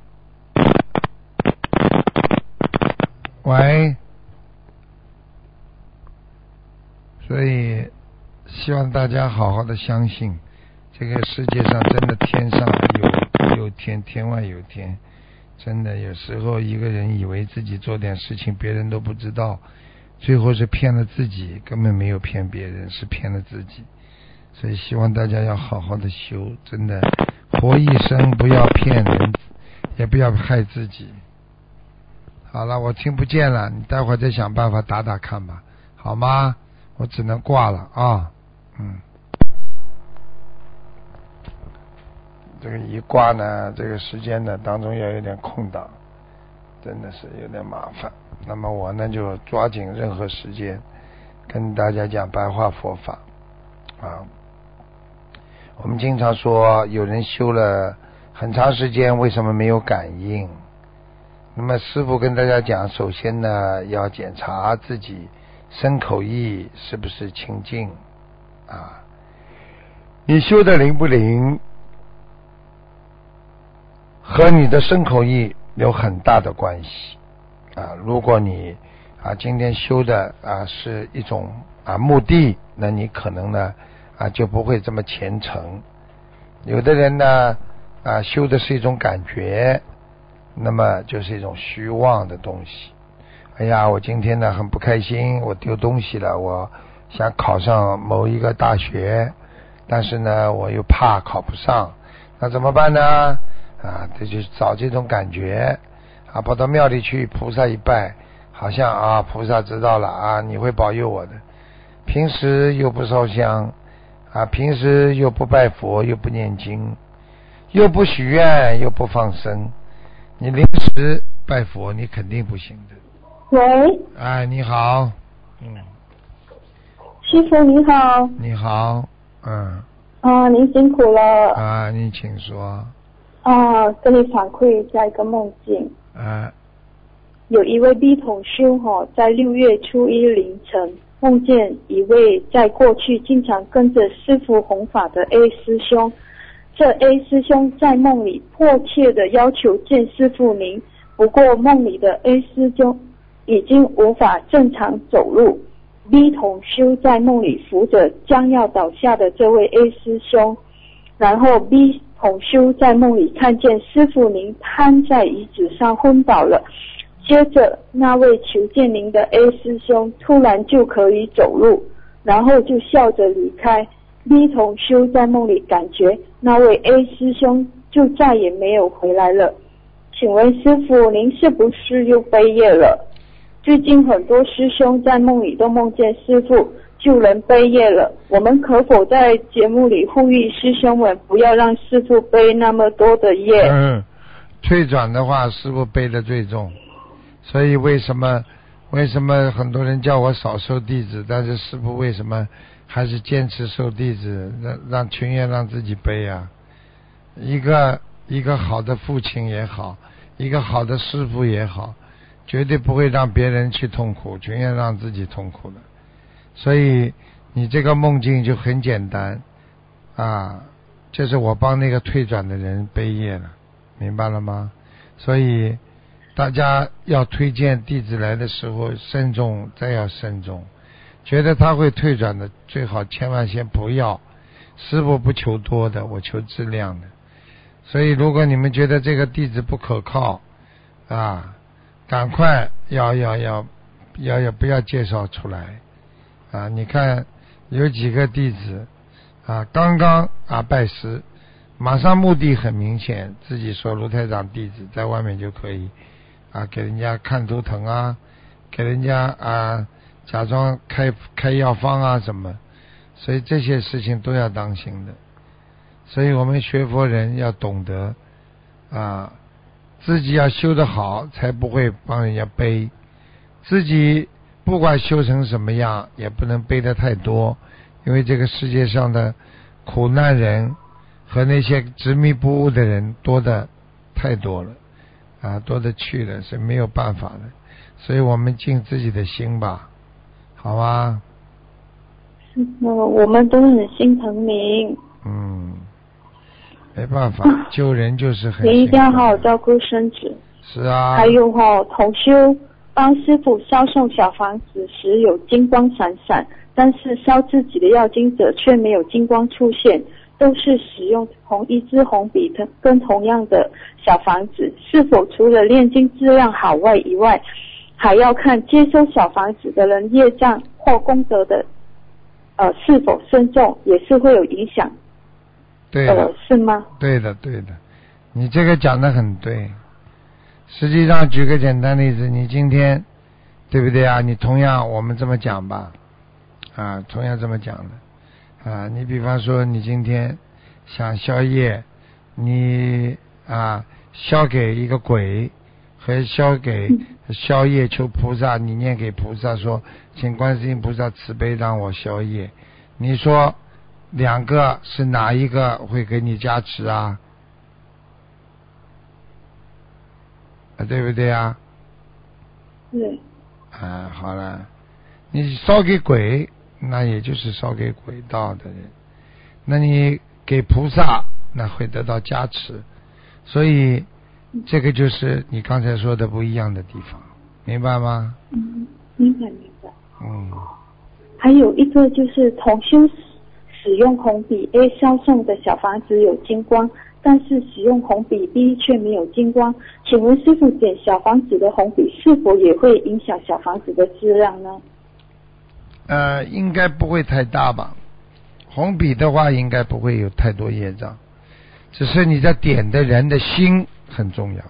所以希望大家好好的相信，这个世界上真的天上有天，天外有天。真的有时候一个人以为自己做点事情别人都不知道，最后是骗了自己，根本没有骗别人，是骗了自己。所以希望大家要好好的修，真的活一生不要骗人，也不要害自己。好了，我听不见了，你待会儿再想办法打看吧，好吗？我只能挂了啊。这个一挂呢，这个时间呢当中要有点空档，真的是有点麻烦。那么我呢就抓紧任何时间跟大家讲白话佛法啊。 我们经常说有人修了很长时间为什么没有感应，那么师父跟大家讲，首先呢要检查自己身口意是不是清净啊，你修的灵不灵和你的身口意有很大的关系啊。如果你今天修的是一种目的，那你可能呢就不会这么虔诚。有的人呢修的是一种感觉，那么就是一种虚妄的东西。哎呀，我今天呢很不开心，我丢东西了，我想考上某一个大学，但是呢我又怕考不上，那怎么办呢？这就找这种感觉跑到庙里去，菩萨一拜，好像菩萨知道了你会保佑我的。平时又不烧香平时又不拜佛，又不念经，又不许愿，又不放生，你临时拜佛你肯定不行的。 喂， 你好， 师父你好。 你好， 您辛苦了。 你请说。 跟你反馈一下一个梦境。有一位 B 同修在6月初1凌晨梦见一位在过去经常跟着师父弘法的 A 师兄，这 A 师兄在梦里迫切的要求见师父您，不过梦里的 A 师兄已经无法正常走路。 B 同修在梦里扶着将要倒下的这位 A 师兄，然后 B 同修在梦里看见师父您瘫在椅子上昏倒了，接着那位求见您的 A 师兄突然就可以走路，然后就笑着离开。 B 同修在梦里感觉那位 A 师兄就再也没有回来了。请问师父您是不是又背业了？最近很多师兄在梦里都梦见师父救人背业了，我们可否在节目里呼吁师兄们不要让师父背那么多的业？ 退转的话师父背的最重，所以为什么很多人叫我少收弟子，但是师父为什么还是坚持收弟子，让情愿让自己背啊？一个好的父亲也好，一个好的师父也好，绝对不会让别人去痛苦，情愿让自己痛苦的。所以你这个梦境就很简单就是我帮那个退转的人背业了，明白了吗？所以大家要推荐弟子来的时候慎重，再要慎重。觉得他会退转的，最好千万先不要。师父不求多的，我求质量的。所以如果你们觉得这个弟子不可靠赶快要不要介绍出来你看有几个弟子刚刚拜师，马上目的很明显，自己说卢台长弟子，在外面就可以给人家看图腾给人家假装开药方什么，所以这些事情都要当心的。所以我们学佛人要懂得自己要修得好，才不会帮人家背。自己不管修成什么样，也不能背得太多，因为这个世界上的苦难人和那些执迷不悟的人多的太多了多的去了，是没有办法的。所以我们尽自己的心吧，好吧？ 我们都很心疼您。 没办法，救人就是很。 您一定要好好照顾身子。 是啊。 还有同修帮师父烧送小房子时有金光闪闪，但是烧自己的要经者却没有金光出现，都是使用同一支红笔跟同样的小房子，是否除了炼金质量好以外，还要看接收小房子的人业障或功德的是否深重，也是会有影响。 对的， 是吗？ 对的，你这个讲得很对。实际上举个简单例子，你今天对不对你同样我们这么讲吧同样这么讲的你比方说你今天想消业，你消给一个鬼和消业求菩萨，你念给菩萨说请观世音菩萨慈悲让我消业，你说两个是哪一个会给你加持啊？对不对啊？ 对。 好了，你烧给鬼，那也就是烧给鬼道的人，那你给菩萨，那会得到加持，所以这个就是你刚才说的不一样的地方，明白吗？ 明白。还有一个就是同修使用红笔 A 烧送的小房子有金光，但是使用红笔 B 却没有金光，请问师父，点小房子的红笔是否也会影响小房子的质量呢？ 应该不会太大吧，红笔的话应该不会有太多业障，只是你在点的人的心很重要。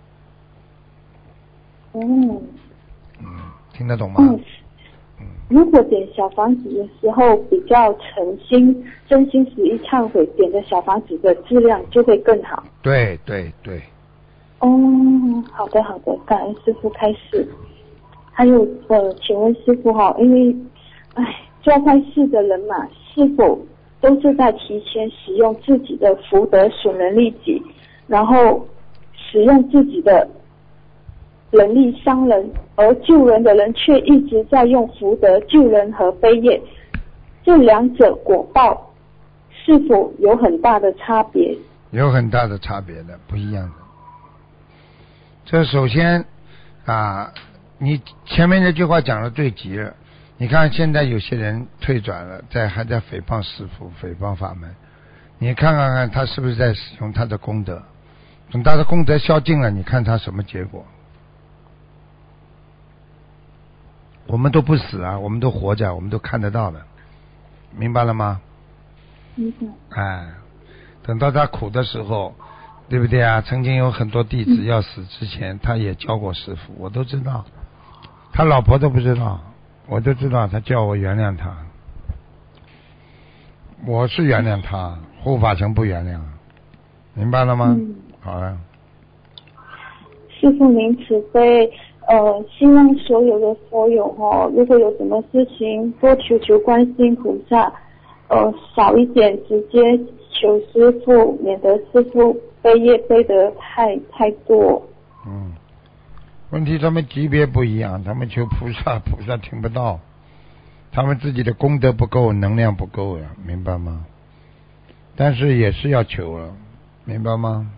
听得懂吗？ 如果点小房子的时候比较诚心、真心实意忏悔，点的小房子的质量就会更好。 对。 好的，感恩师父开示。还有请问师父因为做坏事的人嘛，是否都是在提前使用自己的福德损人利己，然后使用自己的人力伤人，而救人的人却一直在用福德救人和悲业，这两者果报是否有很大的差别？ 有很大的差别的，不一样的。这首先你前面那句话讲的对极了。你看现在有些人退转了，还在诽谤师父、诽谤法门，你看看他是不是在使用他的功德，等他的功德消尽了，你看他什么结果？我们都不死啊，我们都活着，我们都看得到的，明白了吗？ 明白。 等到他苦的时候，对不对啊？曾经有很多弟子要死之前，他也教过师父，我都知道，他老婆都不知道，我都知道，他叫我原谅他，我是原谅他，护法神不原谅，明白了吗？好了。 师父您慈悲，希望所有的佛友如果有什么事情，多求观世音菩萨，少一点直接求师父，免得师父背业背得太多。 问题他们级别不一样，他们求菩萨，菩萨听不到，他们自己的功德不够，能量不够呀，明白吗？但是也是要求了，明白吗？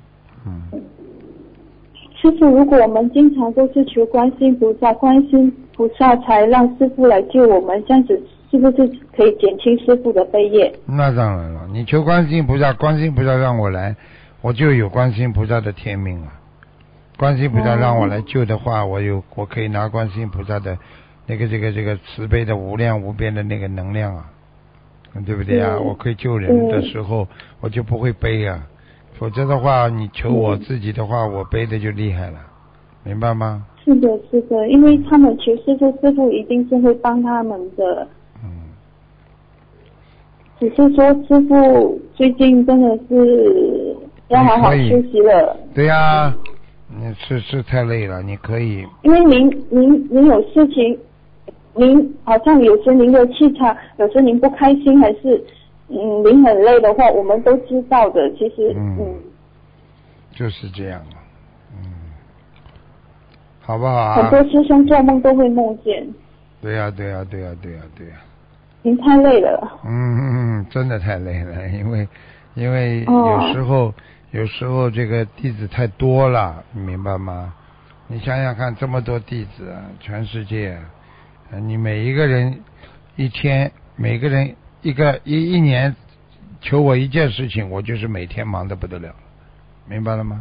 师父，如果我们经常都是求观世音菩萨，观世音菩萨才让师父来救我们，这样子是不是可以减轻师父的悲业？那当然了，你求观世音菩萨，观世音菩萨让我来，我就有观世音菩萨的天命了。观世音菩萨让我来救的话，我可以拿观世音菩萨的这个慈悲的无量无边的那个能量啊，对不对啊？我可以救人的时候，我就不会悲啊。否则的话，你求我自己的话，我背的就厉害了，明白吗？ 是的，因为他们求师父，师父一定是会帮他们的。只是说师父最近真的是要好好休息了。 对呀，你是太累了，你可以。 因为您有事情，您好像有时您的气场，有时您不开心，还是。您很累的话，我们都知道的。其实， 就是这样，好不好啊？ 很多师兄做梦都会梦见。 对呀。 您太累了。 真的太累了，因为有时候这个弟子太多了，你明白吗？你想想看，这么多弟子啊，全世界，你每一个人一天，每个人。一年求我一件事情，我就是每天忙得不得了，明白了吗？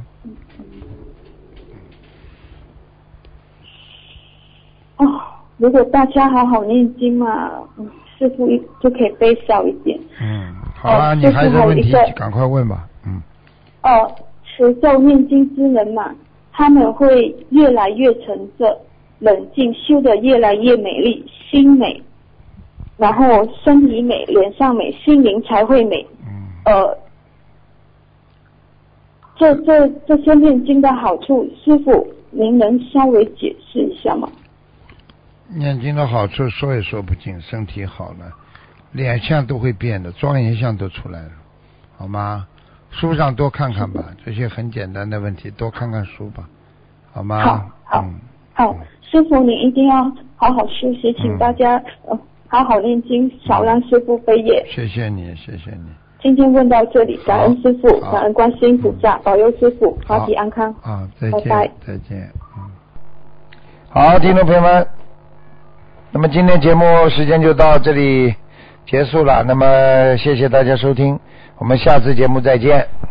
如果大家好好念经嘛，师父就可以背少一点。 好了，你还有问题赶快问吧。 持咒念经之人嘛，他们会越来越沉着冷静，修得越来越美丽，心美。然后身体美，脸上美，心灵才会美。这些念经的好处，师父您能稍微解释一下吗？ 念经的好处说也说不尽，身体好了， 脸相都会变的，庄严相都出来了，好吗？书上多看看吧，这些很简单的问题，多看看书吧，好吗？ 好，师父你一定要好好休息，请大家好好念经，少让师父背业。 谢谢你。 今天问到这里，感恩师父，感恩观世音菩萨，保佑师父法体安康。 再见， 拜拜， 再见。好，听众朋友们，那么今天节目时间就到这里结束了，那么谢谢大家收听，我们下次节目再见。